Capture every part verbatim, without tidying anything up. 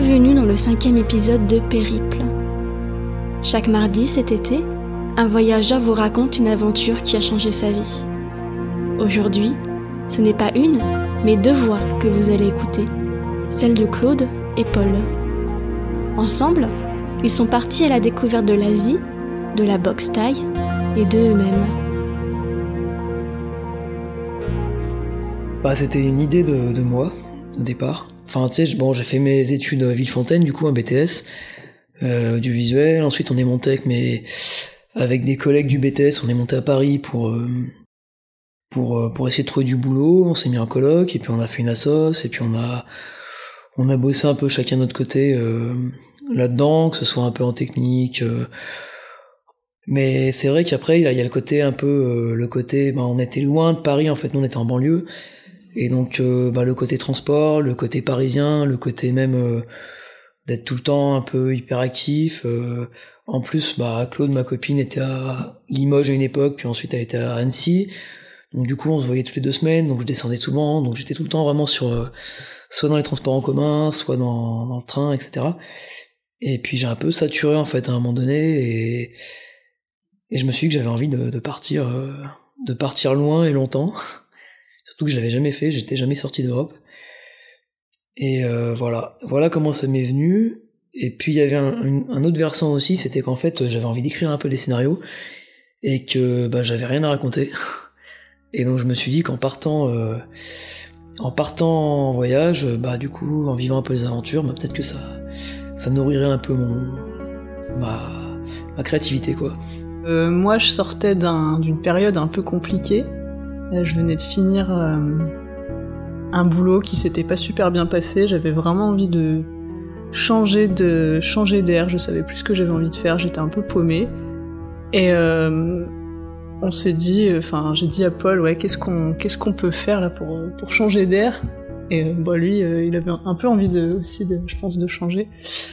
Bienvenue dans le cinquième épisode de Périple. Chaque mardi cet été, un voyageur vous raconte une aventure qui a changé sa vie. Aujourd'hui, ce n'est pas une, mais deux voix que vous allez écouter, celle de Claude et Paul. Ensemble, ils sont partis à la découverte de l'Asie, de la boxe thaï et de eux-mêmes. Bah, c'était une idée de, de moi, au départ. Enfin, tu sais, bon, j'ai fait mes études à Villefontaine, du coup, un B T S, euh, audiovisuel. Ensuite, on est monté avec mes, avec des collègues du B T S, on est monté à Paris pour, euh, pour, euh, pour essayer de trouver du boulot. On s'est mis en coloc, et puis on a fait une assoce, et puis on a, on a bossé un peu chacun de notre côté, euh, là-dedans, que ce soit un peu en technique, euh, mais c'est vrai qu'après, il y a le côté un peu, euh, le côté, ben, on était loin de Paris, en fait, nous on était en banlieue. Et donc, euh, bah, le côté transport, le côté parisien, le côté même euh, d'être tout le temps un peu hyperactif. Euh, en plus, bah, Claude, ma copine, était à Limoges à une époque, puis ensuite elle était à Annecy. Donc du coup, on se voyait toutes les deux semaines, donc je descendais souvent, donc j'étais tout le temps vraiment sur, euh, soit dans les transports en commun, soit dans, dans le train, et cetera. Et puis j'ai un peu saturé en fait à un moment donné, et, et je me suis dit que j'avais envie de, de partir, euh, de partir loin et longtemps. Surtout que je l'avais jamais fait, j'étais jamais sorti d'Europe. Et euh, voilà, voilà comment ça m'est venu. Et puis il y avait un, un, un autre versant aussi, c'était qu'en fait j'avais envie d'écrire un peu des scénarios et que bah, j'avais rien à raconter. Et donc je me suis dit qu'en partant, euh, en partant en voyage, bah du coup en vivant un peu les aventures, bah, peut-être que ça, ça nourrirait un peu mon, ma, ma créativité quoi. Euh, moi je sortais d'un, d'une période un peu compliquée. Je venais de finir euh, un boulot qui s'était pas super bien passé. J'avais vraiment envie de changer de changer d'air. Je savais plus ce que j'avais envie de faire. J'étais un peu paumée. Et euh, on s'est dit, enfin, j'ai dit à Paul, ouais, qu'est-ce qu'on qu'est-ce qu'on peut faire là pour pour changer d'air. Et euh, bah lui, euh, il avait un peu envie de aussi, de, je pense, de changer.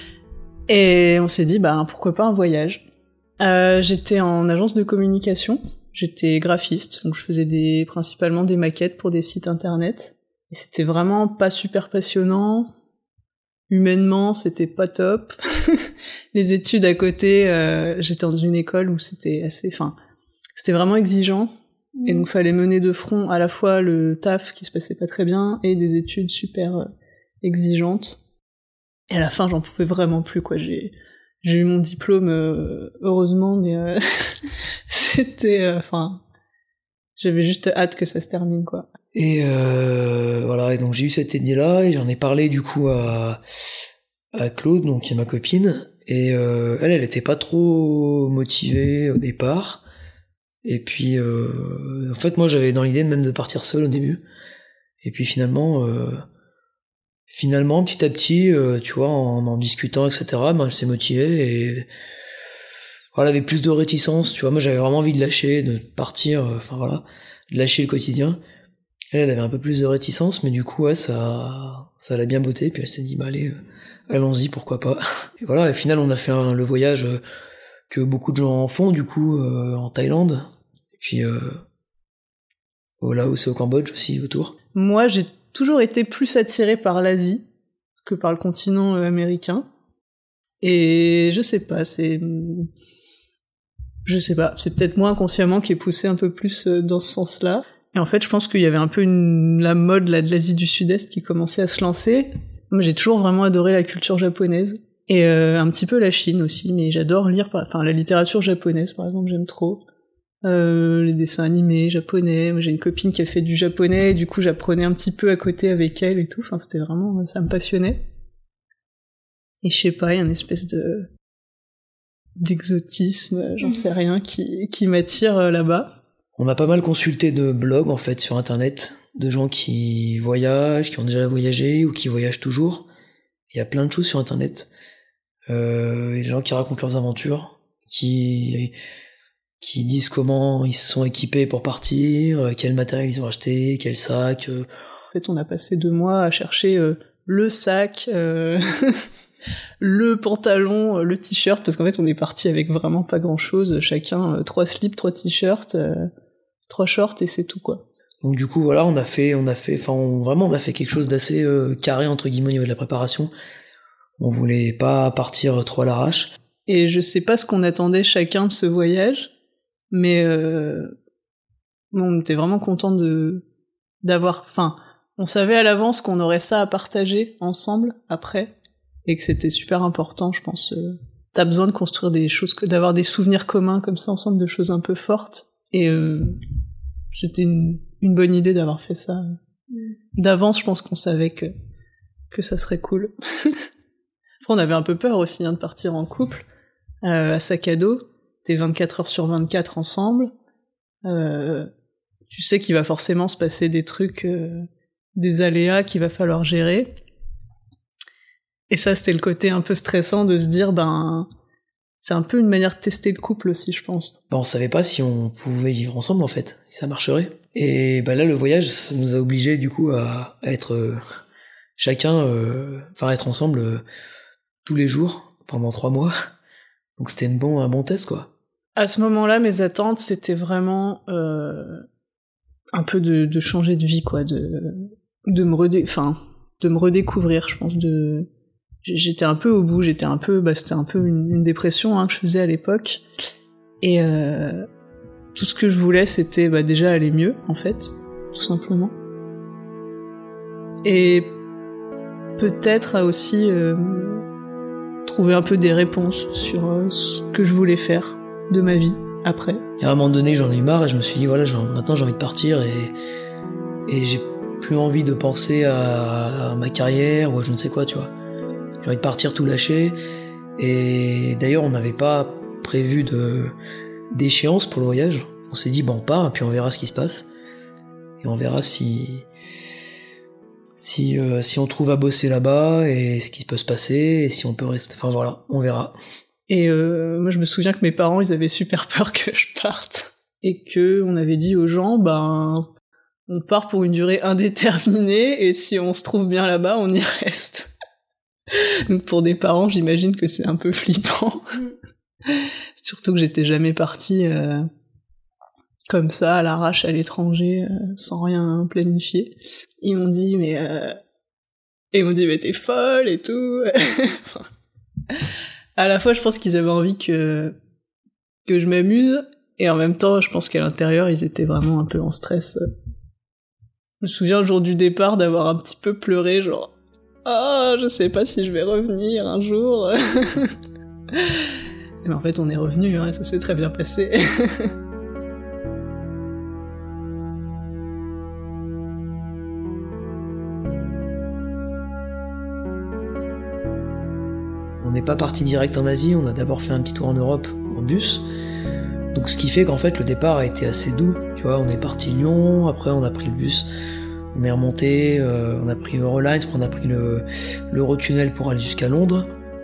Et on s'est dit, bah pourquoi pas un voyage. Euh, j'étais en agence de communication. J'étais graphiste, donc je faisais des, principalement des maquettes pour des sites internet. Et c'était vraiment pas super passionnant. Humainement, c'était pas top. Les études à côté, euh, j'étais dans une école où c'était assez, enfin, c'était vraiment exigeant. Mmh. Et donc fallait mener de front à la fois le taf qui se passait pas très bien et des études super euh, exigeantes. Et à la fin, j'en pouvais vraiment plus, quoi. J'ai, j'ai eu mon diplôme, euh, heureusement, mais euh, c'était, enfin, euh, j'avais juste hâte que ça se termine, quoi. Et euh, voilà, et donc j'ai eu cette idée-là, et j'en ai parlé du coup à, à Claude, donc qui est ma copine, et euh, elle, elle était pas trop motivée au départ, et puis euh, en fait moi j'avais dans l'idée même de partir seul au début, et puis finalement, euh, finalement petit à petit, euh, tu vois, en en discutant, et cetera, ben elle s'est motivée, et voilà, elle avait plus de réticence, tu vois, moi j'avais vraiment envie de lâcher, de partir, enfin euh, voilà, de lâcher le quotidien. Elle, elle avait un peu plus de réticence, mais du coup, ouais, ça, ça l'a bien botté, puis elle s'est dit, bah allez, euh, allons-y, pourquoi pas. Et voilà, et au final, on a fait un, le voyage euh, que beaucoup de gens font, du coup, euh, en Thaïlande, et puis euh, au Laos et au Cambodge aussi, autour. Moi, j'ai toujours été plus attirée par l'Asie que par le continent euh, américain, et je sais pas, c'est... Je sais pas, c'est peut-être moi inconsciemment qui ai poussé un peu plus euh, dans ce sens-là. Et en fait, je pense qu'il y avait un peu une, la mode là, de l'Asie du Sud-Est qui commençait à se lancer. Moi, j'ai toujours vraiment adoré la culture japonaise. Et euh, un petit peu la Chine aussi, mais j'adore lire, enfin la littérature japonaise, par exemple, j'aime trop. Euh, les dessins animés japonais. Moi, j'ai une copine qui a fait du japonais, et du coup, j'apprenais un petit peu à côté avec elle et tout. Enfin, c'était vraiment... ça me passionnait. Et je sais pas, il y a une espèce de... d'exotisme, j'en sais rien, qui, qui m'attire euh, là-bas. On a pas mal consulté de blogs en fait sur internet, de gens qui voyagent, qui ont déjà voyagé ou qui voyagent toujours. Il y a plein de choses sur internet. Euh, il y a des gens qui racontent leurs aventures, qui qui disent comment ils se sont équipés pour partir, quel matériel ils ont acheté, quel sac. Euh. En fait, on a passé deux mois à chercher euh, le sac, euh, le pantalon, le t-shirt, parce qu'en fait, on est parti avec vraiment pas grand-chose. Chacun euh, trois slips, trois t-shirts. Euh, trois shorts et c'est tout quoi. Donc du coup voilà, on a fait on a fait enfin on, vraiment on a fait quelque chose d'assez euh, carré entre guillemets au niveau de la préparation. On voulait pas partir trop à l'arrache. Et je sais pas ce qu'on attendait chacun de ce voyage, mais euh, on était vraiment contents de d'avoir... Enfin, on savait à l'avance qu'on aurait ça à partager ensemble après, et que c'était super important, je pense. Euh, t'as besoin de construire des choses, d'avoir des souvenirs communs comme ça ensemble, de choses un peu fortes, et euh, c'était une, une bonne idée d'avoir fait ça. D'avance, je pense qu'on savait que, que ça serait cool. Après, on avait un peu peur aussi hein, de partir en couple, euh, à sac à dos, t'es vingt-quatre heures sur vingt-quatre ensemble, euh, tu sais qu'il va forcément se passer des trucs, euh, des aléas qu'il va falloir gérer. Et ça, c'était le côté un peu stressant de se dire, ben, c'est un peu une manière de tester le couple aussi, je pense. Ben, on savait pas si on pouvait vivre ensemble, en fait, si ça marcherait. Et ben là, le voyage, ça nous a obligés, du coup, à, à être euh, chacun, euh, enfin, être ensemble euh, tous les jours, pendant trois mois. Donc c'était une bon, un bon test, quoi. À ce moment-là, mes attentes, c'était vraiment euh, un peu de, de changer de vie, quoi, de, de me redé... enfin, de me redécouvrir, je pense, de... J'étais un peu au bout, j'étais un peu, bah, c'était un peu une, une dépression hein, que je faisais à l'époque, et euh, tout ce que je voulais, c'était bah, déjà aller mieux, en fait, tout simplement. Et peut-être aussi euh, trouver un peu des réponses sur euh, ce que je voulais faire de ma vie après. Et à un moment donné, j'en ai eu marre et je me suis dit voilà, genre, maintenant j'ai envie de partir et et j'ai plus envie de penser à, à ma carrière ou à je ne sais quoi, tu vois. J'ai envie de partir tout lâcher. Et d'ailleurs, on n'avait pas prévu de d'échéance pour le voyage. On s'est dit, bon, on part, et puis on verra ce qui se passe. Et on verra si si euh, si on trouve à bosser là-bas, et ce qui peut se passer, et si on peut rester... Enfin voilà, on verra. Et euh, moi, je me souviens que mes parents, ils avaient super peur que je parte. Et que on avait dit aux gens, ben, on part pour une durée indéterminée, et si on se trouve bien là-bas, on y reste. Donc pour des parents, j'imagine que c'est un peu flippant. Surtout que j'étais jamais partie euh, comme ça, à l'arrache, à l'étranger, euh, sans rien planifier. Ils m'ont dit, mais... Euh... Ils m'ont dit, mais t'es folle et tout. Enfin, à la fois, je pense qu'ils avaient envie que, que je m'amuse, et en même temps, je pense qu'à l'intérieur, ils étaient vraiment un peu en stress. Je me souviens, le jour du départ, d'avoir un petit peu pleuré, genre... Oh, je sais pas si je vais revenir un jour. Mais en fait, on est revenu, hein, et ça s'est très bien passé. On n'est pas parti direct en Asie, on a d'abord fait un petit tour en Europe en bus. Donc ce qui fait qu'en fait, le départ a été assez doux. Tu vois, on est parti Lyon, après on a pris le bus. On est remonté, euh, on a pris Eurolines, on a pris le l'Eurotunnel pour aller jusqu'à Londres.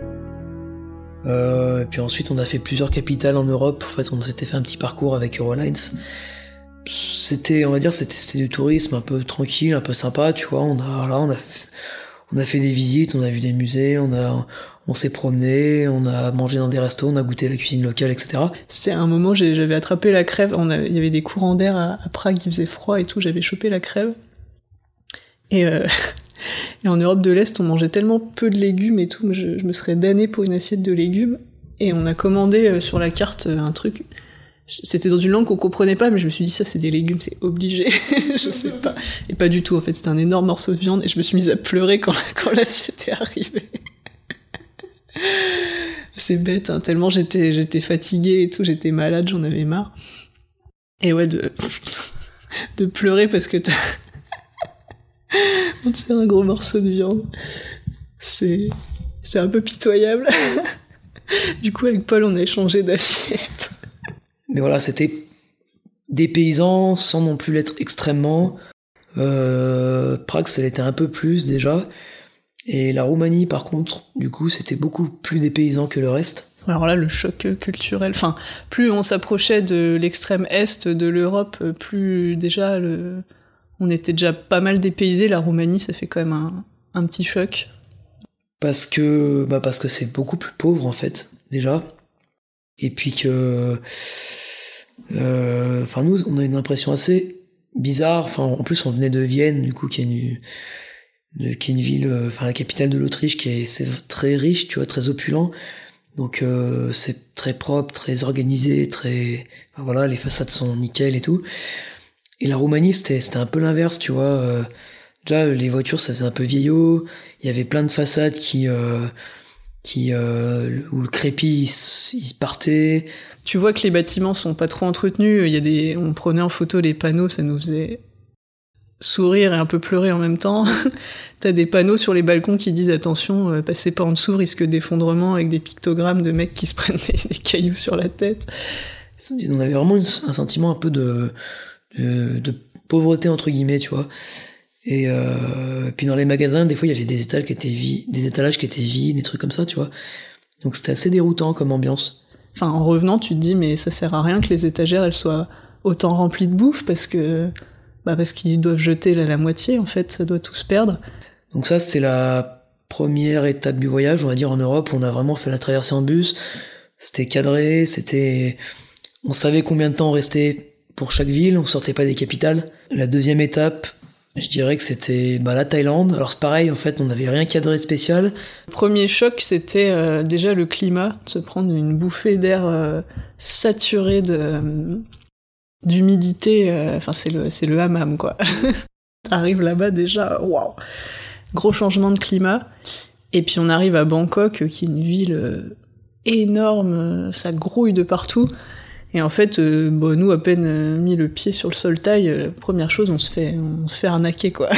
Euh, et puis ensuite, on a fait plusieurs capitales en Europe. En fait, on s'était fait un petit parcours avec Eurolines. C'était, on va dire, c'était, c'était du tourisme un peu tranquille, un peu sympa, tu vois. On a, là, on a, on a fait des visites, on a vu des musées, on a, on s'est promené, on a mangé dans des restos, on a goûté la cuisine locale, et cetera. C'est un moment, j'ai, j'avais attrapé la crève. On avait, il y avait des courants d'air à, à Prague, il faisait froid et tout. J'avais chopé la crève. Et, euh, et en Europe de l'Est, on mangeait tellement peu de légumes et tout, je, je me serais damnée pour une assiette de légumes. Et on a commandé euh, sur la carte euh, un truc. C'était dans une langue qu'on comprenait pas, mais je me suis dit, ça c'est des légumes, c'est obligé. Je sais pas. Et pas du tout, en fait, c'était un énorme morceau de viande, et je me suis mise à pleurer quand, quand l'assiette est arrivée. C'est bête, hein, tellement j'étais, j'étais fatiguée et tout, j'étais malade, j'en avais marre. Et ouais, de, de pleurer parce que t'as... On te sert un gros morceau de viande. C'est, c'est un peu pitoyable. Du coup, avec Paul, on a échangé d'assiette. Mais voilà, c'était des paysans sans non plus l'être extrêmement. Euh, Prague, ça l'était un peu plus déjà. Et la Roumanie, par contre, du coup, c'était beaucoup plus des paysans que le reste. Alors là, le choc culturel. Enfin, plus on s'approchait de l'extrême est de l'Europe, plus déjà le... on était déjà pas mal dépaysés. La Roumanie, ça fait quand même un, un petit choc. Parce que, bah parce que c'est beaucoup plus pauvre, en fait, déjà. Et puis que... Enfin, euh, nous, on a une impression assez bizarre. Enfin, en plus, on venait de Vienne, du coup, qui est une, de qui est une ville, enfin euh, la capitale de l'Autriche, qui est c'est très riche, tu vois, très opulent. Donc euh, c'est très propre, très organisé, très, enfin, voilà, les façades sont nickel et tout. Et la Roumanie, c'était c'était un peu l'inverse, tu vois. Euh, déjà les voitures, ça faisait un peu vieillot. Il y avait plein de façades qui euh, qui euh, où le crépi il, il partait. Tu vois que les bâtiments sont pas trop entretenus. Il y a des, on prenait en photo les panneaux, ça nous faisait sourire et un peu pleurer en même temps. T'as des panneaux sur les balcons qui disent attention, euh, passez pas en dessous, risque d'effondrement, avec des pictogrammes de mecs qui se prennent des, des cailloux sur la tête. On avait vraiment une, un sentiment un peu de, de, de pauvreté entre guillemets, tu vois. Et euh, puis dans les magasins, des fois il y avait des étals qui étaient vides, des étalages qui étaient vides, des trucs comme ça, tu vois. Donc c'était assez déroutant comme ambiance. Enfin, en revenant, tu te dis mais ça sert à rien que les étagères elles soient autant remplies de bouffe parce que bah parce qu'ils doivent jeter la, la moitié en fait, ça doit tout se perdre. Donc ça c'était la première étape du voyage, on va dire en Europe, on a vraiment fait la traversée en bus. C'était cadré, c'était, on savait combien de temps on restait pour chaque ville, on sortait pas des capitales. La deuxième étape, je dirais que c'était bah, la Thaïlande. Alors c'est pareil, en fait, on n'avait rien cadré de spécial. Le premier choc, c'était euh, déjà le climat, de se prendre une bouffée d'air euh, saturé de, euh, d'humidité. Enfin, euh, c'est le, c'est le hammam, quoi. T'arrives là-bas déjà, waouh, gros changement de climat. Et puis on arrive à Bangkok, qui est une ville euh, énorme, ça grouille de partout. Et en fait, euh, bon, nous, à peine euh, mis le pied sur le sol thaï, euh, première chose, on se fait, on se fait arnaquer, quoi.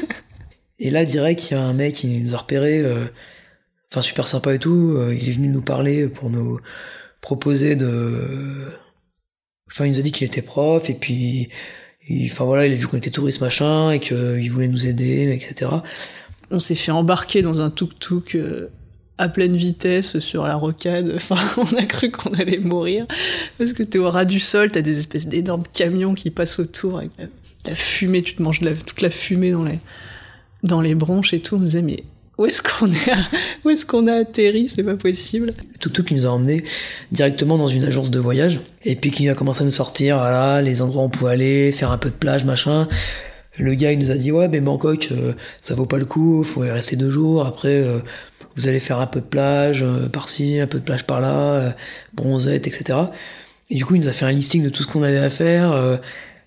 Et là, direct, il y a un mec qui nous a repérés, euh, enfin super sympa et tout. Euh, il est venu nous parler pour nous proposer de. Enfin, il nous a dit qu'il était prof et puis, il... enfin voilà, il a vu qu'on était touristes machin et qu'il voulait nous aider, et cetera. On s'est fait embarquer dans un tuk-tuk. Euh... à pleine vitesse sur la rocade, enfin on a cru qu'on allait mourir parce que t'es au ras du sol, t'as des espèces d'énormes camions qui passent autour avec la, la fumée, tu te manges de la, toute la fumée dans les dans les bronches et tout. On se disait mais où est-ce qu'on est à, où est-ce qu'on a atterri, c'est pas possible. Le tuk-tuk qui nous a emmenés directement dans une agence de voyage et puis qui a commencé à nous sortir voilà, les endroits où on pouvait aller, faire un peu de plage machin. Le gars il nous a dit ouais mais Bangkok euh, ça vaut pas le coup, faut y rester deux jours après. Euh, Vous allez faire un peu de plage euh, par-ci, un peu de plage par-là, euh, bronzette, et cetera. Et du coup, il nous a fait un listing de tout ce qu'on avait à faire, euh,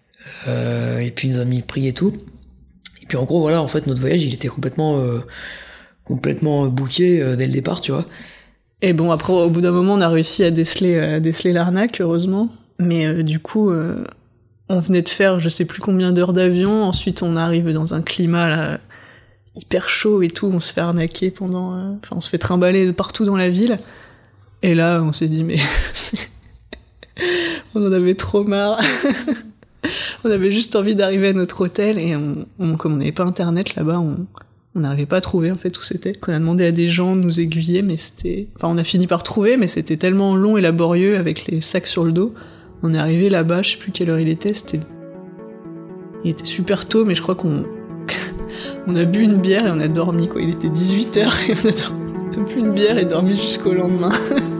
euh, et puis il nous a mis le prix et tout. Et puis en gros, voilà, en fait, notre voyage, il était complètement, euh, complètement booké euh, dès le départ, tu vois. Et bon, après, au bout d'un moment, on a réussi à déceler, à déceler l'arnaque, heureusement. Mais euh, du coup, euh, on venait de faire, je sais plus combien d'heures d'avion. Ensuite, on arrive dans un climat là. Hyper chaud et tout, on se fait arnaquer pendant... Euh... Enfin, on se fait trimballer de partout dans la ville. Et là, on s'est dit, mais... on en avait trop marre. On avait juste envie d'arriver à notre hôtel, et on, on, comme on n'avait pas internet là-bas, on on n'arrivait pas à trouver, en fait, où c'était. On a demandé à des gens de nous aiguiller, mais c'était... Enfin, on a fini par trouver, mais c'était tellement long et laborieux, avec les sacs sur le dos. On est arrivé là-bas, je sais plus quelle heure il était, c'était... Il était super tôt, mais je crois qu'on... On a bu une bière et on a dormi, quoi. Il était dix-huit heures et on a, dormi... on a bu une bière et dormi jusqu'au lendemain.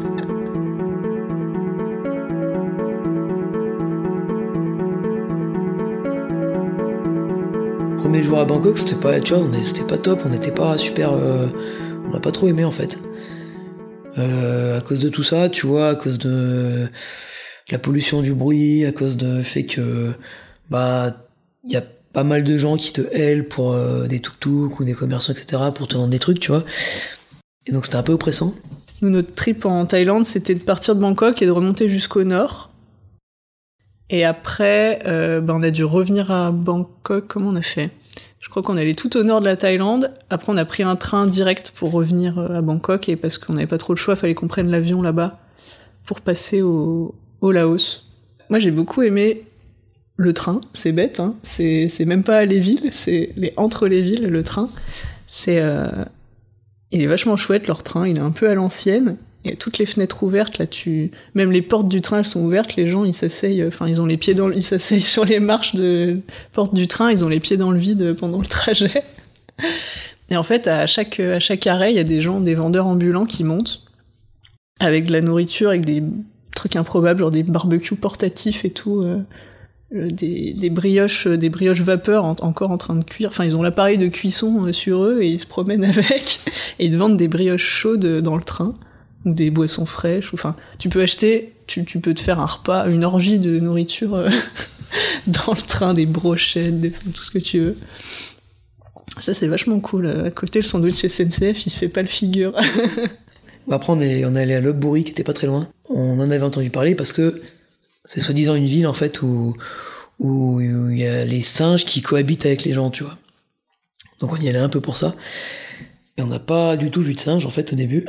Premier jour à Bangkok, c'était pas, tu vois, c'était pas top, on n'était pas super, euh, on n'a pas trop aimé en fait. Euh, à cause de tout ça, tu vois, à cause de la pollution du bruit, à cause de fait que, bah, il y a pas mal de gens qui te hèlent pour euh, des tuk-tuk ou des commerçants, et cetera, pour te vendre des trucs, tu vois. Et donc c'était un peu oppressant. Nous, notre trip en Thaïlande, c'était de partir de Bangkok et de remonter jusqu'au nord. Et après, euh, ben, on a dû revenir à Bangkok. Comment on a fait ? Je crois qu'on allait tout au nord de la Thaïlande. Après, on a pris un train direct pour revenir à Bangkok, et parce qu'on n'avait pas trop le choix, il fallait qu'on prenne l'avion là-bas pour passer au, au Laos. Moi, j'ai beaucoup aimé le train. C'est bête, hein. C'est, c'est même pas les villes, c'est les entre les villes, le train. C'est, euh, il est vachement chouette, leur train. Il est un peu à l'ancienne. Il y a toutes les fenêtres ouvertes, là, tu... Même les portes du train, elles sont ouvertes, les gens, ils s'asseyent, enfin, ils ont les pieds dans le... Ils s'asseyent sur les marches de porte du train, ils ont les pieds dans le vide pendant le trajet. Et en fait, à chaque, à chaque arrêt, il y a des gens, des vendeurs ambulants qui montent, avec de la nourriture, avec des trucs improbables, genre des barbecues portatifs et tout, euh, euh, des, des brioches, des brioches vapeur en, encore en train de cuire. Enfin, ils ont l'appareil de cuisson euh, sur eux et ils se promènent avec et ils te vendent des brioches chaudes dans le train ou des boissons fraîches. Enfin, tu peux acheter, tu, tu peux te faire un repas, une orgie de nourriture euh, dans le train, des brochettes, des, tout ce que tu veux. Ça, c'est vachement cool. À côté, le sandwich S N C F, il se fait pas le figure. Après, on est, on est allé à Lopburi, qui était pas très loin. On en avait entendu parler parce que c'est soi-disant une ville, en fait, où, où il y a les singes qui cohabitent avec les gens, tu vois. Donc on y allait un peu pour ça. Et on n'a pas du tout vu de singes, en fait, au début.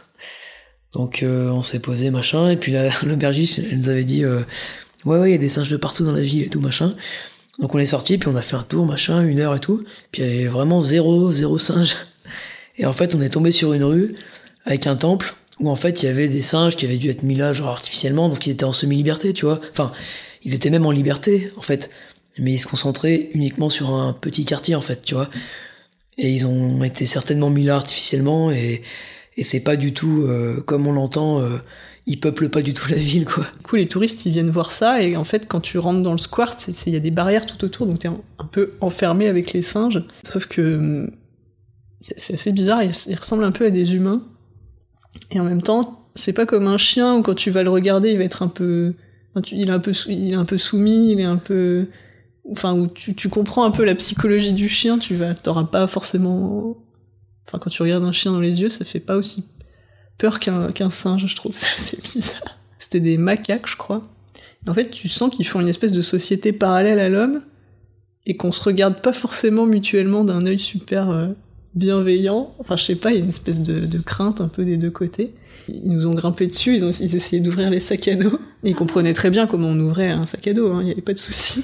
Donc euh, on s'est posé, machin, et puis la, l'aubergiste, elle nous avait dit euh, ouais, ouais, il y a des singes de partout dans la ville et tout, machin. Donc on est sorti, puis on a fait un tour, machin, une heure et tout, puis il y avait vraiment zéro, zéro singe. Et en fait, on est tombé sur une rue avec un temple où en fait il y avait des singes qui avaient dû être mis là, genre artificiellement, donc ils étaient en semi-liberté, tu vois. Enfin, ils étaient même en liberté, en fait, mais ils se concentraient uniquement sur un petit quartier, en fait, tu vois. Et ils ont été certainement mis là artificiellement, et, et c'est pas du tout euh, comme on l'entend. Euh, ils peuplent pas du tout la ville, quoi. Du coup, les touristes, ils viennent voir ça, et en fait, quand tu rentres dans le square, il y a des barrières tout autour, donc t'es un, un peu enfermé avec les singes. Sauf que c'est, c'est assez bizarre, ils, ils ressemblent un peu à des humains. Et en même temps, c'est pas comme un chien où quand tu vas le regarder, il va être un peu... Enfin, tu, il, est un peu il est un peu soumis, il est un peu... Enfin, où tu, tu comprends un peu la psychologie du chien, tu vas, t'auras pas forcément... Enfin, quand tu regardes un chien dans les yeux, ça fait pas aussi peur qu'un, qu'un singe, je trouve ça assez bizarre. C'était des macaques, je crois. Et en fait, tu sens qu'ils font une espèce de société parallèle à l'homme, et qu'on se regarde pas forcément mutuellement d'un œil super euh, bienveillant. Enfin, je sais pas, il y a une espèce de, de crainte un peu des deux côtés. Ils nous ont grimpé dessus, ils ont ils essayaient d'ouvrir les sacs à dos. Et ils comprenaient très bien comment on ouvrait un sac à dos, hein, il y avait pas de souci.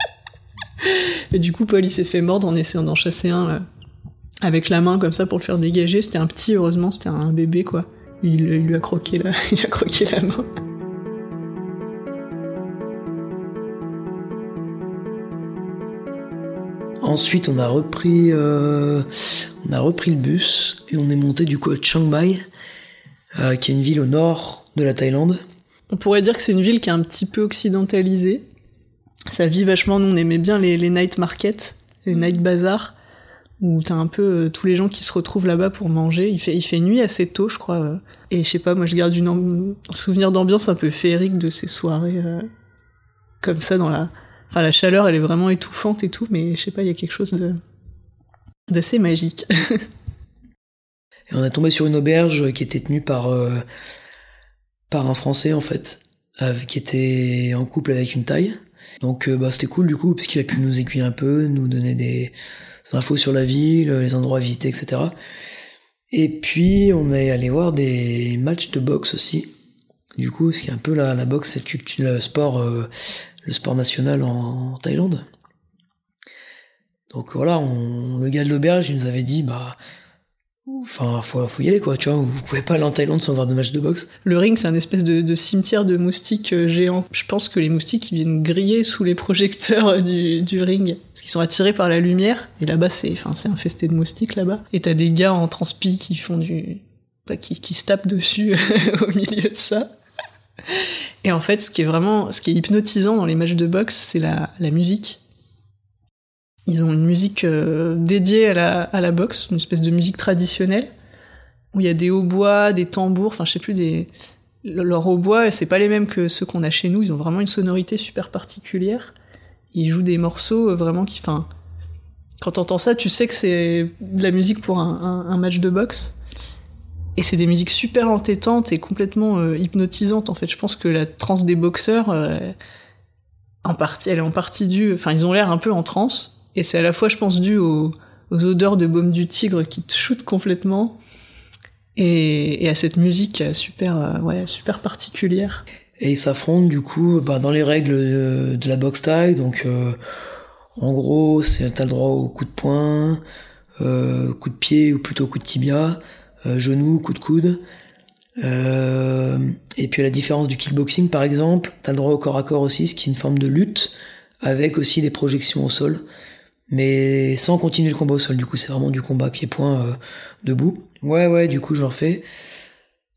Et du coup, Paul, il s'est fait mordre en essayant d'en chasser un, là, avec la main, comme ça, pour le faire dégager. C'était un petit, heureusement, c'était un bébé, quoi. Il, il lui a croqué la, il a croqué la main. Ensuite, on a repris, euh, on a repris le bus et on est monté du coup à Chiang Mai, euh, qui est une ville au nord de la Thaïlande. On pourrait dire que c'est une ville qui est un petit peu occidentalisée. Ça vit vachement, nous on aimait bien les, les night markets, les night bazaars, où t'as un peu euh, tous les gens qui se retrouvent là-bas pour manger. Il fait, il fait nuit assez tôt, je crois. Euh, et je sais pas, moi je garde une amb- un souvenir d'ambiance un peu féerique de ces soirées euh, comme ça dans la... Enfin, la chaleur, elle est vraiment étouffante et tout, mais je sais pas, il y a quelque chose de d'assez magique. Et on a tombé sur une auberge qui était tenue par euh, par un Français, en fait, euh, qui était en couple avec une Thaï. Donc euh, bah c'était cool du coup, parce qu'il a pu nous aiguiller un peu, nous donner des infos sur la ville, les endroits à visiter, et cetera. Et puis on est allé voir des matchs de boxe aussi. Du coup, ce qui est un peu la, la boxe, c'est le, culture, le sport, euh, le sport national en, en Thaïlande. Donc voilà, on, le gars de l'auberge, il nous avait dit, bah, enfin, faut, faut y aller quoi, tu vois. Vous pouvez pas aller en Thaïlande sans voir de matchs de boxe. Le ring, c'est un espèce de, de cimetière de moustiques géants. Je pense que les moustiques, ils viennent griller sous les projecteurs du, du ring. Parce qu'ils sont attirés par la lumière. Et là-bas, c'est, enfin, c'est infesté de moustiques là-bas. Et t'as des gars en transpi qui font du, bah, qui, qui se tapent dessus au milieu de ça. Et en fait, ce qui est vraiment, ce qui est hypnotisant dans les matchs de boxe, c'est la, la musique. Ils ont une musique euh, dédiée à la, à la boxe, une espèce de musique traditionnelle, où il y a des hautbois, des tambours, enfin je sais plus, des... leurs hautbois, c'est pas les mêmes que ceux qu'on a chez nous, ils ont vraiment une sonorité super particulière. Ils jouent des morceaux vraiment qui... Enfin, quand t'entends ça, tu sais que c'est de la musique pour un, un, un match de boxe. Et c'est des musiques super entêtantes et complètement euh, hypnotisantes, en fait. Je pense que la transe des boxeurs, euh, en partie, elle est en partie due... Enfin, ils ont l'air un peu en transe, et c'est à la fois, je pense, dû aux, aux odeurs de baume du tigre qui te shootent complètement, et, et à cette musique super, euh, ouais, super particulière. Et ils s'affrontent, du coup, bah, dans les règles de, de la boxe thaï. Donc, euh, en gros, c'est, t'as le droit au coup de poing, euh, coup de pied, ou plutôt coup de tibia, Euh, genou, coup de coude. Euh, et puis à la différence du kickboxing par exemple, t'as le droit au corps à corps aussi, ce qui est une forme de lutte, avec aussi des projections au sol, mais sans continuer le combat au sol. Du coup c'est vraiment du combat pied-point euh, debout. Ouais ouais, du coup j'en fais.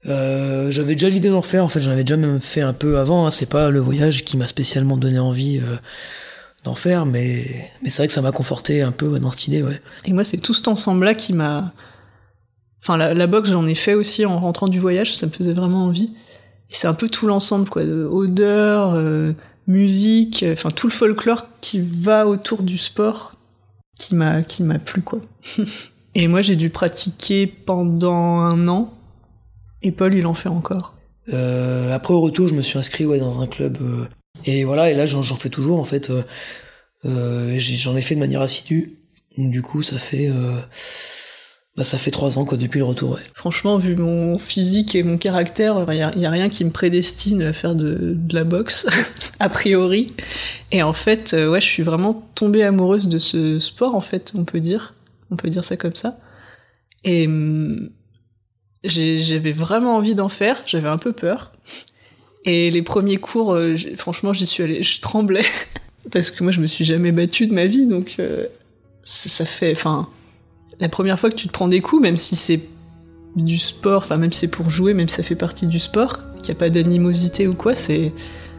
Euh, j'avais déjà l'idée d'en faire, en fait j'en avais déjà même fait un peu avant, hein. C'est pas le voyage qui m'a spécialement donné envie euh, d'en faire, mais, mais c'est vrai que ça m'a conforté un peu ouais, dans cette idée, ouais. Et moi c'est tout cet ensemble-là qui m'a... Enfin la, la boxe j'en ai fait aussi en rentrant du voyage, ça me faisait vraiment envie. Et c'est un peu tout l'ensemble, quoi, de odeur, euh, musique, enfin tout le folklore qui va autour du sport qui m'a, qui m'a plu, quoi. Et moi j'ai dû pratiquer pendant un an. Et Paul, il en fait encore. Euh, après, au retour, je me suis inscrit ouais, dans un club. Euh, et voilà, et là, j'en, j'en fais toujours, en fait. Euh, euh, j'en ai fait de manière assidue. Donc, du coup, ça fait... Euh, bah, ça fait trois ans, quoi, depuis le retour, ouais. Franchement, vu mon physique et mon caractère, il y a, y a rien qui me prédestine à faire de, de la boxe, a priori. Et en fait, euh, ouais, je suis vraiment tombée amoureuse de ce sport, en fait, on peut dire. On peut dire ça comme ça. Et... Hum, J'ai, j'avais vraiment envie d'en faire, j'avais un peu peur. Et les premiers cours, euh, franchement, j'y suis allée, je tremblais. Parce que moi, je me suis jamais battue de ma vie, donc euh, ça, ça fait... Enfin, la première fois que tu te prends des coups, même si c'est du sport, enfin, même si c'est pour jouer, même si ça fait partie du sport, qu'il n'y a pas d'animosité ou quoi, c'est...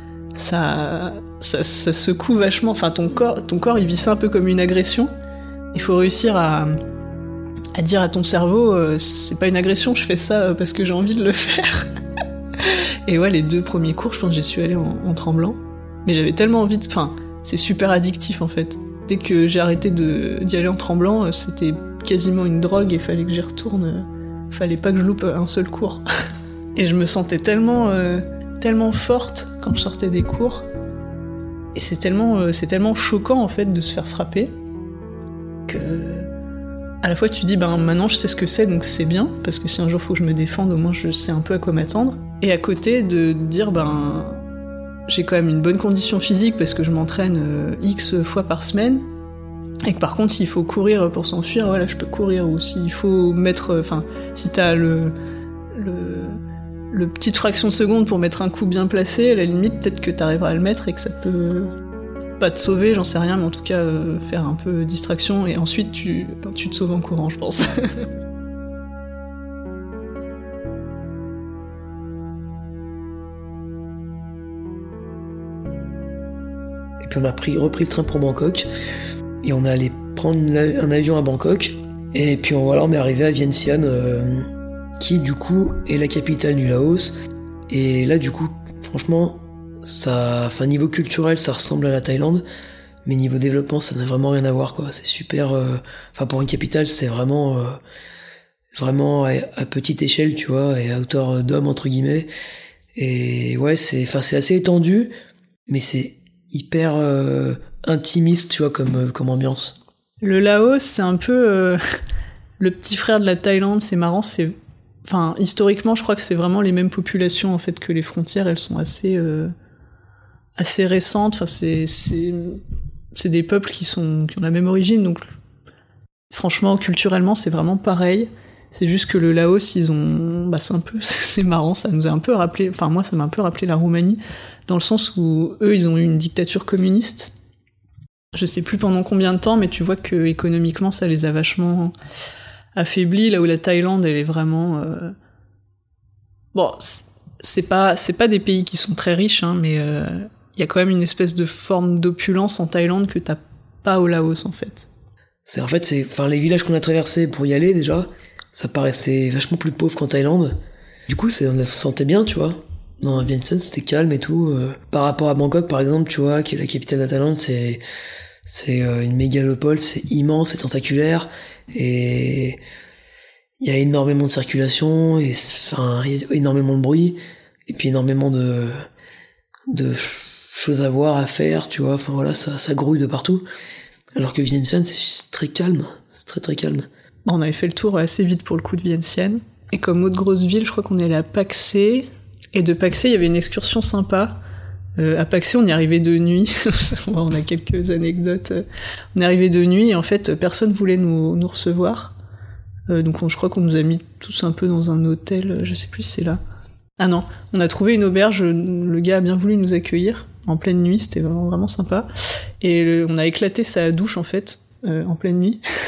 Ça, ça, ça secoue vachement. Enfin, ton corps, ton corps, il vit ça un peu comme une agression. Il faut réussir à... à dire à ton cerveau, euh, c'est pas une agression, je fais ça parce que j'ai envie de le faire. Et ouais, les deux premiers cours, je pense que j'y suis allée en, en tremblant. Mais j'avais tellement envie de... Enfin, c'est super addictif, en fait. Dès que j'ai arrêté de, d'y aller en tremblant, c'était quasiment une drogue et fallait que j'y retourne. Fallait pas que je loupe un seul cours. Et je me sentais tellement, euh, tellement forte quand je sortais des cours. Et c'est tellement, euh, c'est tellement choquant, en fait, de se faire frapper que... À la fois, tu dis, ben maintenant je sais ce que c'est, donc c'est bien, parce que si un jour faut que je me défende, au moins je sais un peu à quoi m'attendre. Et à côté, de dire, ben j'ai quand même une bonne condition physique parce que je m'entraîne euh, X fois par semaine, et que par contre, s'il faut courir pour s'enfuir, voilà, je peux courir, ou s'il faut mettre, enfin, euh, si t'as le, le, le petite fraction de seconde pour mettre un coup bien placé, à la limite, peut-être que t'arriveras à le mettre et que ça peut... pas te sauver, j'en sais rien, mais en tout cas euh, faire un peu distraction, et ensuite tu, tu te sauves en courant, je pense. Et puis on a pris, repris le train pour Bangkok, et on est allé prendre un avion à Bangkok, et puis on, voilà, on est arrivé à Vientiane, euh, qui du coup est la capitale du Laos, et là du coup, franchement... Ça, enfin niveau culturel, ça ressemble à la Thaïlande, mais niveau développement, ça n'a vraiment rien à voir, quoi. C'est super. Euh, enfin pour une capitale, c'est vraiment, euh, vraiment à, à petite échelle, tu vois, et à hauteur d'homme entre guillemets. Et ouais, c'est, enfin c'est assez étendu, mais c'est hyper euh, intimiste, tu vois, comme comme ambiance. Le Laos, c'est un peu euh, le petit frère de la Thaïlande. C'est marrant, c'est, enfin historiquement, je crois que c'est vraiment les mêmes populations en fait, que les frontières. Elles sont assez euh... assez récentes, enfin c'est c'est c'est des peuples qui sont qui ont la même origine, donc franchement culturellement c'est vraiment pareil. C'est juste que le Laos, ils ont bah c'est un peu c'est marrant, ça nous a un peu rappelé, enfin moi ça m'a un peu rappelé la Roumanie dans le sens où eux ils ont eu une dictature communiste. Je sais plus pendant combien de temps, mais tu vois que économiquement ça les a vachement affaiblis, là où la Thaïlande elle est vraiment euh... bon c'est pas c'est pas des pays qui sont très riches, hein, mais euh... il y a quand même une espèce de forme d'opulence en Thaïlande que t'as pas au Laos, en fait. C'est, en fait, c'est, enfin, les villages qu'on a traversés pour y aller, déjà, ça paraissait vachement plus pauvre qu'en Thaïlande. Du coup, c'est, on se sentait bien, tu vois. Dans Vientiane, c'était calme et tout. Euh, par rapport à Bangkok, par exemple, tu vois, qui est la capitale de la Thaïlande, c'est, c'est euh, une mégalopole, c'est immense, c'est tentaculaire, et il y a énormément de circulation, et, enfin, il y a énormément de bruit, et puis énormément de, de choses à voir, à faire, tu vois, enfin voilà, ça, ça grouille de partout. Alors que Vientiane, c'est très calme, c'est très très calme. On avait fait le tour assez vite pour le coup de Vientiane. Et comme autre grosse ville, je crois qu'on est allé à Paksé. Et de Paksé, il y avait une excursion sympa. Euh, à Paksé, on y arrivait de nuit. On a quelques anecdotes. On est arrivé de nuit et en fait, personne voulait nous, nous recevoir. Euh, donc on, je crois qu'on nous a mis tous un peu dans un hôtel, je sais plus si c'est là. Ah non, on a trouvé une auberge, le gars a bien voulu nous accueillir en pleine nuit, c'était vraiment, vraiment sympa. Et le, on a éclaté sa douche en fait, euh, en pleine nuit.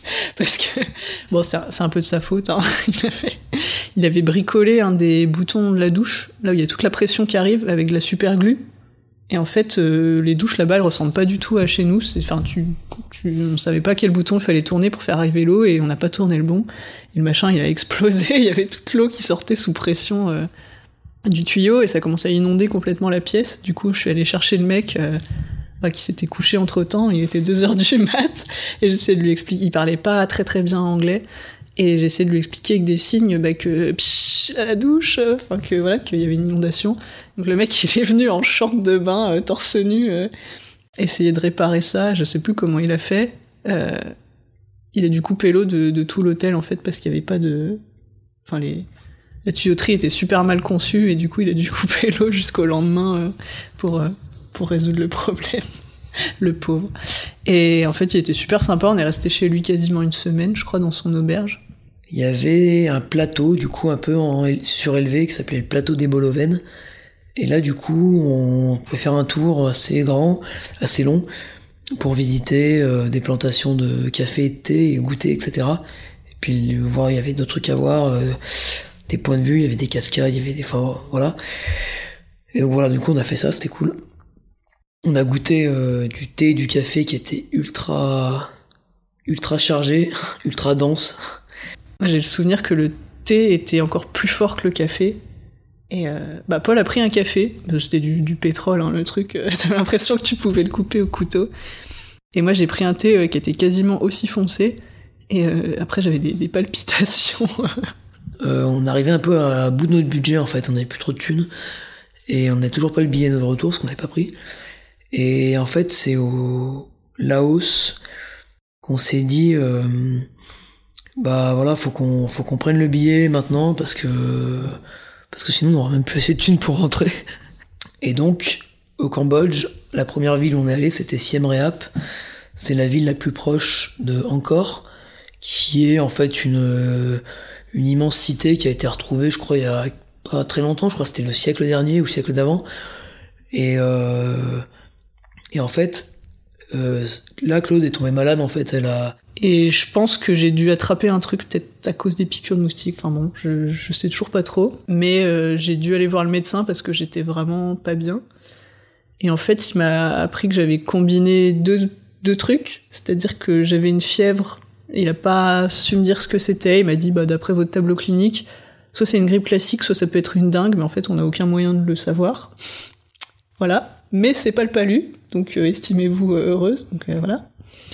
Parce que, bon, c'est un, c'est un peu de sa faute, hein. Il avait, il avait bricolé un des boutons de la douche, là où il y a toute la pression qui arrive, avec de la super glue. Et en fait, euh, les douches là-bas, elles ressemblent pas du tout à chez nous. C'est, enfin, tu, tu, on savait pas quel bouton il fallait tourner pour faire arriver l'eau, et on n'a pas tourné le bon. Et le machin, il a explosé. Il y avait toute l'eau qui sortait sous pression euh, du tuyau, et ça commençait à inonder complètement la pièce. Du coup, je suis allée chercher le mec euh, bah, qui s'était couché entre-temps. Il était deux heures du mat, et j'essayais de lui expliquer. Il parlait pas très très bien anglais. Et j'essayais de lui expliquer avec des signes bah, que psh, à la douche, enfin que voilà, qu'il y avait une inondation. Donc le mec il est venu en short de bain, euh, torse nu, euh, essayer de réparer ça. Je sais plus comment il a fait. Euh, il a dû couper l'eau de, de tout l'hôtel en fait parce qu'il y avait pas de, enfin les, la tuyauterie était super mal conçue et du coup il a dû couper l'eau jusqu'au lendemain euh, pour euh, pour résoudre le problème. Le pauvre. Et en fait il était super sympa. On est resté chez lui quasiment une semaine, je crois, dans son auberge. Il y avait un plateau, du coup, un peu en surélevé, qui s'appelait le plateau des Bolovennes. Et là, du coup, on pouvait faire un tour assez grand, assez long, pour visiter euh, des plantations de café et de thé, et goûter, et cetera. Et puis, voir, il y avait d'autres trucs à voir, euh, des points de vue, il y avait des cascades, il y avait des... Enfin, voilà. Et donc voilà, du coup, on a fait ça, c'était cool. On a goûté euh, du thé et du café qui était ultra... ultra chargé, ultra dense. Moi, j'ai le souvenir que le thé était encore plus fort que le café. Et euh, bah, Paul a pris un café. C'était du, du pétrole, hein, le truc. T'avais l'impression que tu pouvais le couper au couteau. Et moi, j'ai pris un thé euh, qui était quasiment aussi foncé. Et euh, après, j'avais des, des palpitations. euh, on arrivait un peu à bout de notre budget, en fait. On n'avait plus trop de thunes. Et on n'a toujours pas le billet de retour, ce qu'on n'avait pas pris. Et en fait, c'est au Laos qu'on s'est dit... Euh, bah voilà, faut qu'on faut qu'on prenne le billet maintenant parce que parce que sinon on n'aura même plus assez de thunes pour rentrer. Et donc au Cambodge, la première ville où on est allé, c'était Siem Reap. C'est la ville la plus proche de Angkor, qui est en fait une une immense cité qui a été retrouvée, je crois, il y a pas très longtemps. Je crois que c'était le siècle dernier ou le siècle d'avant. Et euh, et en fait, euh, là Claude est tombée malade. En fait, elle a Et je pense que j'ai dû attraper un truc peut-être à cause des piqûres de moustiques. Enfin bon, je, je sais toujours pas trop. Mais euh, j'ai dû aller voir le médecin parce que j'étais vraiment pas bien. Et en fait, il m'a appris que j'avais combiné deux, deux trucs. C'est-à-dire que j'avais une fièvre. Il a pas su me dire ce que c'était. Il m'a dit, bah d'après votre tableau clinique, soit c'est une grippe classique, soit ça peut être une dengue. Mais en fait, on n'a aucun moyen de le savoir. Voilà. Mais c'est pas le palu. Donc euh, estimez-vous euh, heureuse. Donc euh, voilà.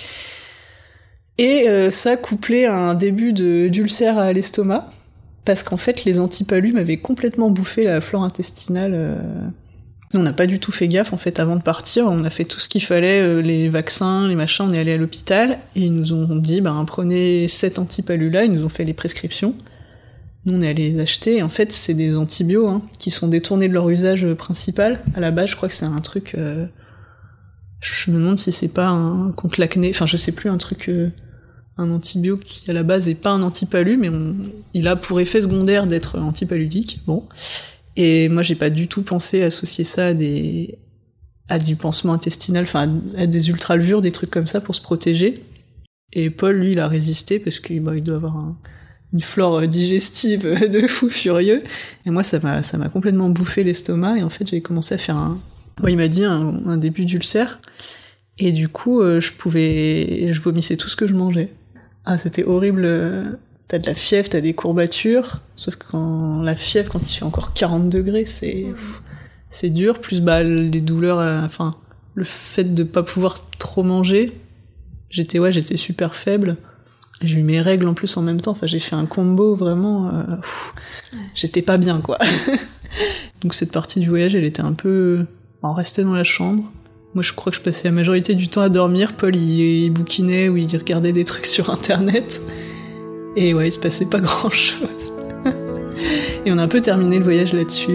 Et euh, ça couplé à un début de, d'ulcère à l'estomac, parce qu'en fait les antipalus m'avaient complètement bouffé la flore intestinale. Euh... Nous, on n'a pas du tout fait gaffe en fait avant de partir, on a fait tout ce qu'il fallait, euh, les vaccins, les machins, on est allé à l'hôpital, et ils nous ont dit, bah, prenez cet antipalus-là, ils nous ont fait les prescriptions. Nous on est allé les acheter, et en fait c'est des antibiotiques hein, qui sont détournés de leur usage principal. À la base je crois que c'est un truc... Euh... Je me demande si c'est pas un contre l'acné, enfin je sais plus, un truc... Euh... un antibio qui à la base est pas un antipalu, mais on... il a pour effet secondaire d'être antipaludique. Bon, et moi j'ai pas du tout pensé associer ça à des à du pansement intestinal, enfin à des ultralevures, des trucs comme ça pour se protéger. Et Paul lui il a résisté parce qu'il bah, il doit avoir un... une flore digestive de fou furieux. Et moi ça m'a ça m'a complètement bouffé l'estomac et en fait j'ai commencé à faire un, bon, il m'a dit un, un début d'ulcère. Et du coup, euh, je pouvais, je vomissais tout ce que je mangeais. Ah, c'était horrible. T'as de la fièvre, t'as des courbatures. Sauf que quand la fièvre, quand il fait encore quarante degrés, c'est, c'est dur. Plus bah les douleurs, euh, enfin le fait de pas pouvoir trop manger. J'étais ouais, j'étais super faible. J'ai eu mes règles en plus en même temps. Enfin, j'ai fait un combo vraiment. Euh, pff, j'étais pas bien quoi. Donc cette partie du voyage, elle était un peu, on restait dans la chambre. Moi, je crois que je passais la majorité du temps à dormir. Paul, il, il bouquinait ou il regardait des trucs sur Internet. Et ouais, il se passait pas grand-chose. Et on a un peu terminé le voyage là-dessus.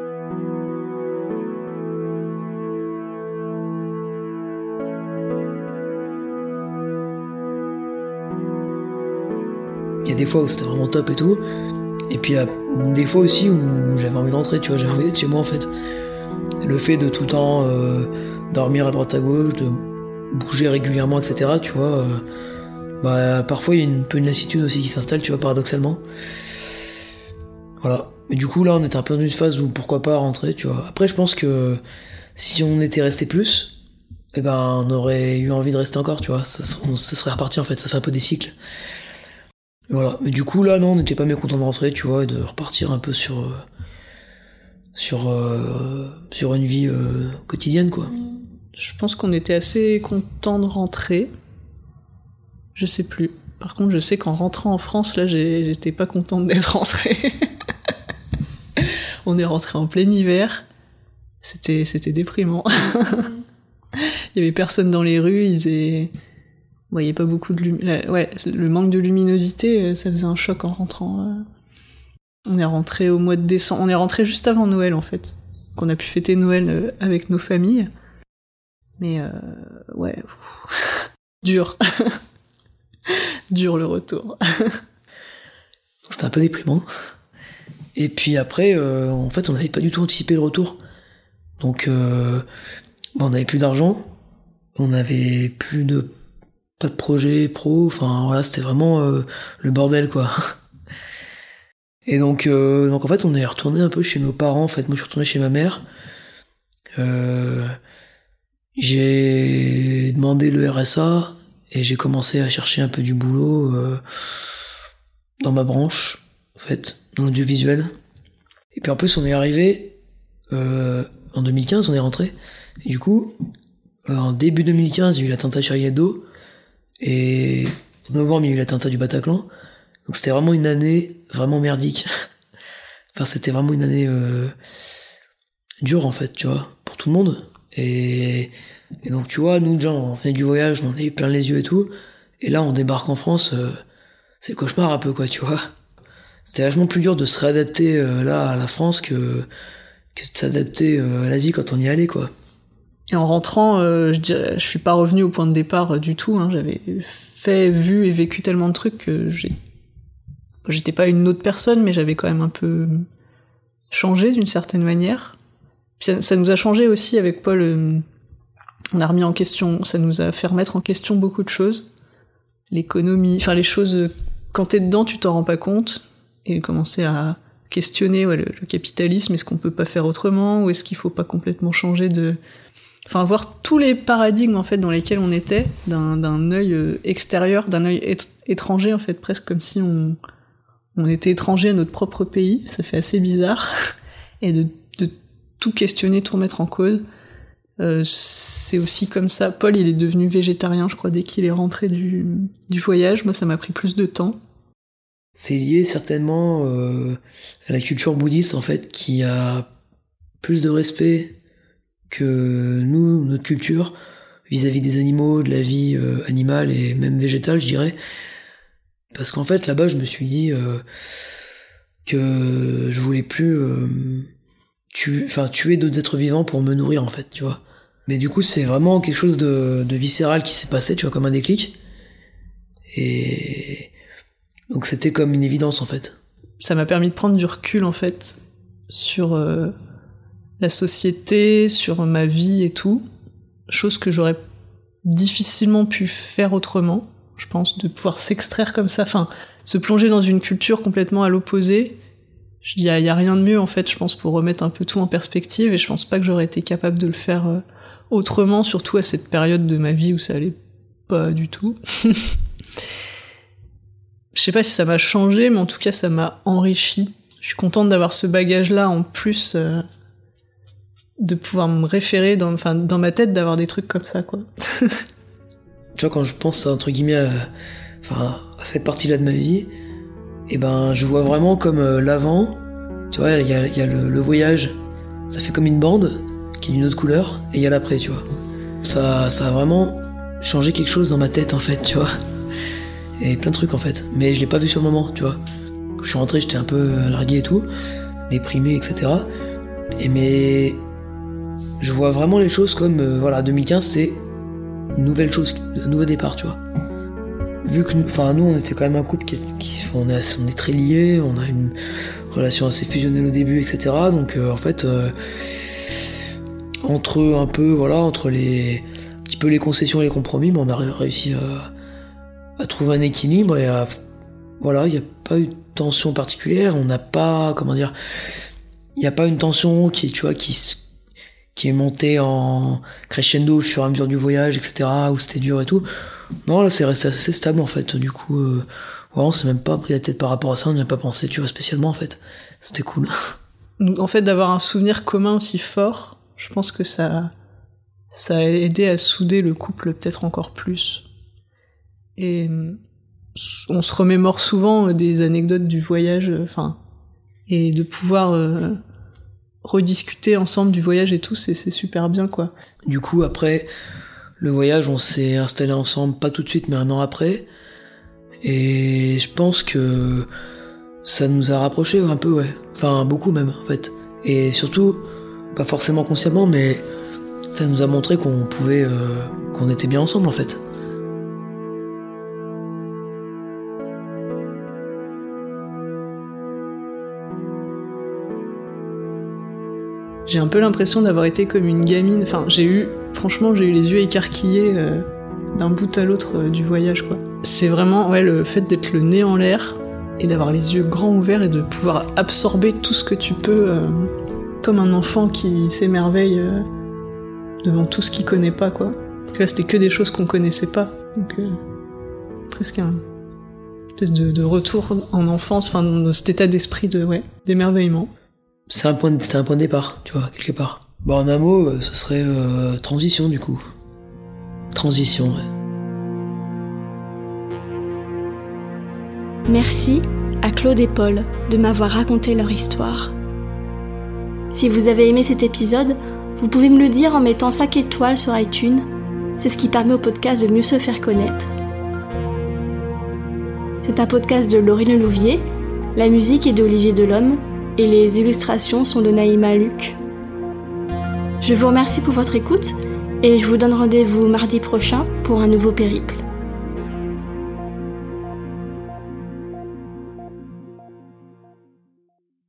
Il y a des fois où c'était vraiment top et tout. Et puis il y a des fois aussi où j'avais envie d'entrer, tu vois, j'avais envie d'être chez moi en fait. Le fait de tout le temps... Euh, dormir à droite à gauche, de bouger régulièrement, et cetera. Tu vois, euh, bah parfois il y a une peu une lassitude aussi qui s'installe, tu vois, paradoxalement. Voilà. Mais du coup là on était un peu dans une phase où pourquoi pas rentrer, tu vois. Après je pense que si on était resté plus, eh ben on aurait eu envie de rester encore, tu vois. Ça, ça serait reparti en fait, ça fait un peu des cycles. Et voilà. Mais du coup là non, on n'était pas mécontent de rentrer, tu vois, et de repartir un peu sur euh, sur euh, sur une vie euh, quotidienne, quoi. Je pense qu'on était assez content de rentrer. Je sais plus. Par contre, je sais qu'en rentrant en France, là, j'ai, j'étais pas contente d'être rentrée. On est rentré en plein hiver. C'était, c'était déprimant. Il y avait personne dans les rues. Ils étaient... Bon, il y avait pas beaucoup de luminosité. Ouais, le manque de luminosité, ça faisait un choc en rentrant. On est rentré au mois de décembre. On est rentré juste avant Noël, en fait. Qu'on a pu fêter Noël avec nos familles. Mais euh, ouais, pff, dur. Dur le retour. C'était un peu déprimant. Et puis après, euh, en fait, on n'avait pas du tout anticipé le retour. Donc, euh, bon, on n'avait plus d'argent, on n'avait plus de pas de projet pro. Enfin voilà, c'était vraiment euh, le bordel, quoi. Et donc, euh, donc en fait, on est retourné un peu chez nos parents. En fait, moi, je suis retourné chez ma mère. Euh, j'ai demandé le R S A et j'ai commencé à chercher un peu du boulot euh, dans ma branche, en fait, dans l'audiovisuel. Et puis en plus, on est arrivé euh, en deux mille quinze, on est rentré. Et du coup, euh, en début deux mille quinze, il y a eu l'attentat Charlie Hebdo. Et en novembre, il y a eu l'attentat du Bataclan. Donc c'était vraiment une année vraiment merdique. Enfin, c'était vraiment une année euh, dure, en fait, tu vois, pour tout le monde. Et, et donc, tu vois, nous, déjà, on venait du voyage, on en a eu plein les yeux et tout. Et là, on débarque en France, euh, c'est le cauchemar un peu, quoi, tu vois. C'était vachement plus dur de se réadapter euh, là, à la France, que, que de s'adapter euh, à l'Asie quand on y allait, quoi. Et en rentrant, euh, je dirais, je suis pas revenue au point de départ euh, du tout, hein. J'avais fait, vu et vécu tellement de trucs que j'ai... J'étais pas une autre personne, mais j'avais quand même un peu changé d'une certaine manière. Puis ça, ça nous a changé aussi avec Paul. Euh, on a remis en question, ça nous a fait remettre en question beaucoup de choses. L'économie, enfin les choses, euh, quand t'es dedans, tu t'en rends pas compte. Et commencer à questionner ouais, le, le capitalisme, est-ce qu'on peut pas faire autrement, ou est-ce qu'il faut pas complètement changer de... Enfin, voir tous les paradigmes en fait dans lesquels on était, d'un, d'un œil euh, extérieur, d'un œil et- étranger en fait, presque comme si on... on était étranger à notre propre pays, ça fait assez bizarre, et de, de tout questionner, tout remettre en cause. Euh, c'est aussi comme ça. Paul, il est devenu végétarien, je crois, dès qu'il est rentré du, du voyage. Moi, ça m'a pris plus de temps. C'est lié certainement euh, à la culture bouddhiste, en fait, qui a plus de respect que nous, notre culture, vis-à-vis des animaux, de la vie euh, animale et même végétale, je dirais. Parce qu'en fait, là-bas, je me suis dit euh, que je voulais plus euh, tu, enfin, tuer d'autres êtres vivants pour me nourrir, en fait, tu vois. Mais du coup, c'est vraiment quelque chose de, de viscéral qui s'est passé, tu vois, comme un déclic. Et donc, c'était comme une évidence, en fait. Ça m'a permis de prendre du recul, en fait, sur euh, la société, sur ma vie et tout. Chose que j'aurais difficilement pu faire autrement. Je pense, de pouvoir s'extraire comme ça, enfin, se plonger dans une culture complètement à l'opposé. Il y a, y a rien de mieux, en fait, je pense, pour remettre un peu tout en perspective, et je pense pas que j'aurais été capable de le faire euh, autrement, surtout à cette période de ma vie où ça allait pas du tout. Je sais pas si ça m'a changé, mais en tout cas, ça m'a enrichi. Je suis contente d'avoir ce bagage-là, en plus, euh, de pouvoir me référer dans, enfin, dans ma tête, d'avoir des trucs comme ça, quoi. Tu vois, quand je pense, entre guillemets, à, enfin, à cette partie-là de ma vie, et ben, je vois vraiment comme euh, l'avant, tu vois, il y a, y a le, le voyage, ça fait comme une bande, qui est d'une autre couleur, et il y a l'après, tu vois. Ça, ça a vraiment changé quelque chose dans ma tête, en fait, tu vois. Et plein de trucs, en fait. Mais je l'ai pas vu sur le moment, tu vois. Quand je suis rentré, j'étais un peu euh, largué et tout, déprimé, et cetera. Et mais, je vois vraiment les choses comme, euh, voilà, deux mille quinze, c'est une nouvelle chose, un nouveau départ, tu vois. Vu que, enfin, nous, on était quand même un couple qui, est, qui on, est assez, on est très liés, on a une relation assez fusionnelle au début, et cetera. Donc, euh, en fait, euh, entre un peu, voilà, entre les, un petit peu les concessions et les compromis, ben, on a réussi à, à trouver un équilibre et à, voilà, il n'y a pas eu de tension particulière, on n'a pas, comment dire, il n'y a pas une tension qui, tu vois, qui, qui est montée en crescendo au fur et à mesure du voyage, et cetera, où c'était dur et tout. Non, là, c'est resté assez stable, en fait. Du coup, euh, ouais, on s'est même pas pris la tête par rapport à ça, on n'y a pas pensé, tu vois, spécialement, en fait. C'était cool. En fait, d'avoir un souvenir commun aussi fort, je pense que ça, ça a aidé à souder le couple peut-être encore plus. Et on se remémore souvent des anecdotes du voyage, enfin, et de pouvoir euh, rediscuter ensemble du voyage et tout, c'est, c'est super bien, quoi. Du coup, après le voyage, on s'est installés ensemble, pas tout de suite, mais un an après. Et je pense que ça nous a rapprochés un peu, ouais. Enfin, beaucoup même, en fait. Et surtout, pas forcément consciemment, mais ça nous a montré qu'on pouvait, euh, qu'on était bien ensemble, en fait. J'ai un peu l'impression d'avoir été comme une gamine. Enfin, j'ai eu, franchement, j'ai eu les yeux écarquillés euh, d'un bout à l'autre euh, du voyage, quoi. C'est vraiment, ouais, le fait d'être le nez en l'air et d'avoir les yeux grands ouverts et de pouvoir absorber tout ce que tu peux, euh, comme un enfant qui s'émerveille euh, devant tout ce qu'il connaît pas, quoi. Parce que là, c'était que des choses qu'on connaissait pas. Donc, euh, presque un espèce de, de retour en enfance, enfin, dans cet état d'esprit de, ouais, d'émerveillement. C'est un point de, c'était un point de départ, tu vois, quelque part. Bon, en un mot, ce serait euh, transition, du coup. Transition, ouais. Merci à Claude et Paul de m'avoir raconté leur histoire. Si vous avez aimé cet épisode, vous pouvez me le dire en mettant cinq étoiles sur iTunes. C'est ce qui permet au podcast de mieux se faire connaître. C'est un podcast de Laurine Louvier, la musique est d'Olivier Delhomme, et les illustrations sont de Naïma Luc. Je vous remercie pour votre écoute et je vous donne rendez-vous mardi prochain pour un nouveau périple.